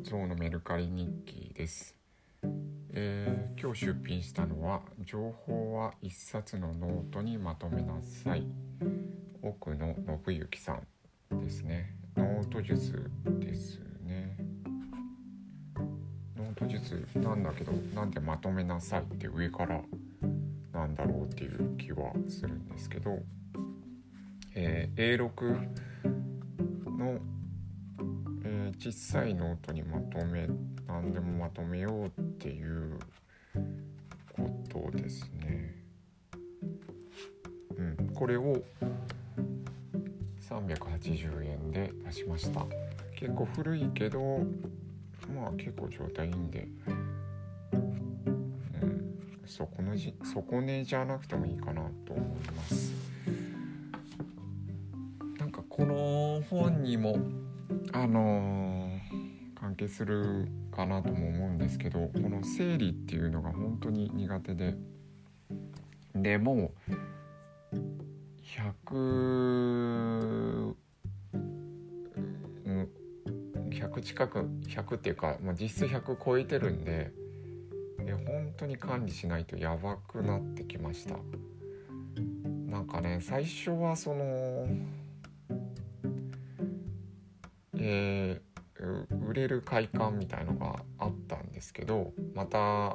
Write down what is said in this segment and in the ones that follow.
ゾウのメルカリ日記です。今日出品したのは情報は一冊のノートにまとめなさい、奥野信之さんですね。ノート術ですね。ノート術なんだけど、なんでまとめなさいって上からなんだろうっていう気はするんですけど、A6 の小さいノートに何でもまとめようっていうことですね。これを380円で出しました。結構古いけど、結構状態いいんで、底値じゃなくてもいいかなと思います。なんかこの本にも関係するかなとも思うんですけど、この整理っていうのが本当に苦手でもう100近く100っていうか、実質100超えてるんで、本当に管理しないとやばくなってきました。なんかね、最初は売れる快感みたいのがあったんですけど、また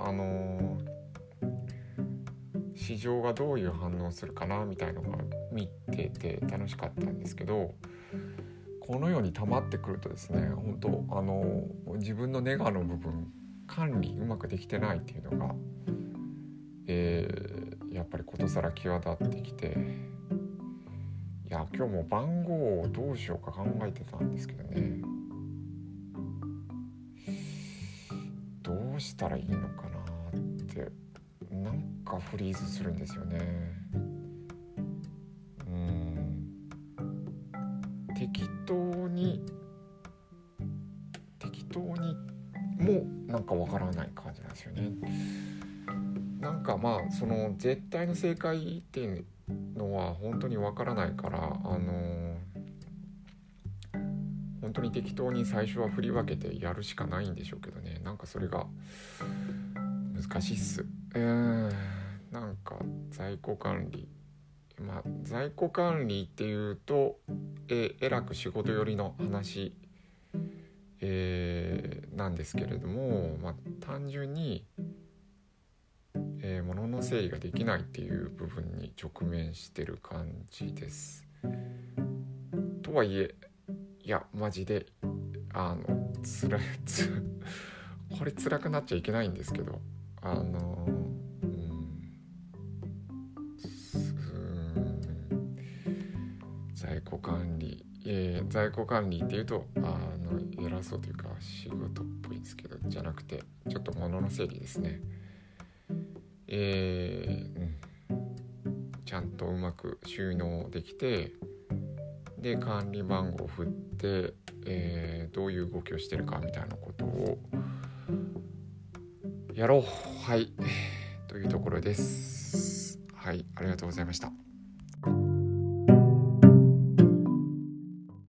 市場がどういう反応するかなみたいのが見てて楽しかったんですけど、このように溜まってくるとですね、本当自分のネガの部分管理うまくできてないっていうのが、やっぱりことさら際立ってきて、今日も番号をどうしようか考えてたんですけどね、どうしたらいいのかなってなんかフリーズするんですよね。適当にもなんかわからない感じなんですよね。なんかその絶対の正解っていうのは本当にわからないから、本当に適当に最初は振り分けてやるしかないんでしょうけどね。なんかそれが難しいっす。なんか在庫管理、在庫管理っていうとえらく仕事寄りの話、なんですけれども、単純に、物の整理ができないっていう部分に直面してる感じです。とはいえ、マジでこれ辛くなっちゃいけないんですけど、在庫管理っていうと偉そうというか仕事っぽいですけど、じゃなくてちょっと物の整理ですね。ちゃんとうまく収納できて、で管理番号を振って、どういう動きをしてるかみたいなことをやろうというところです。ありがとうございました。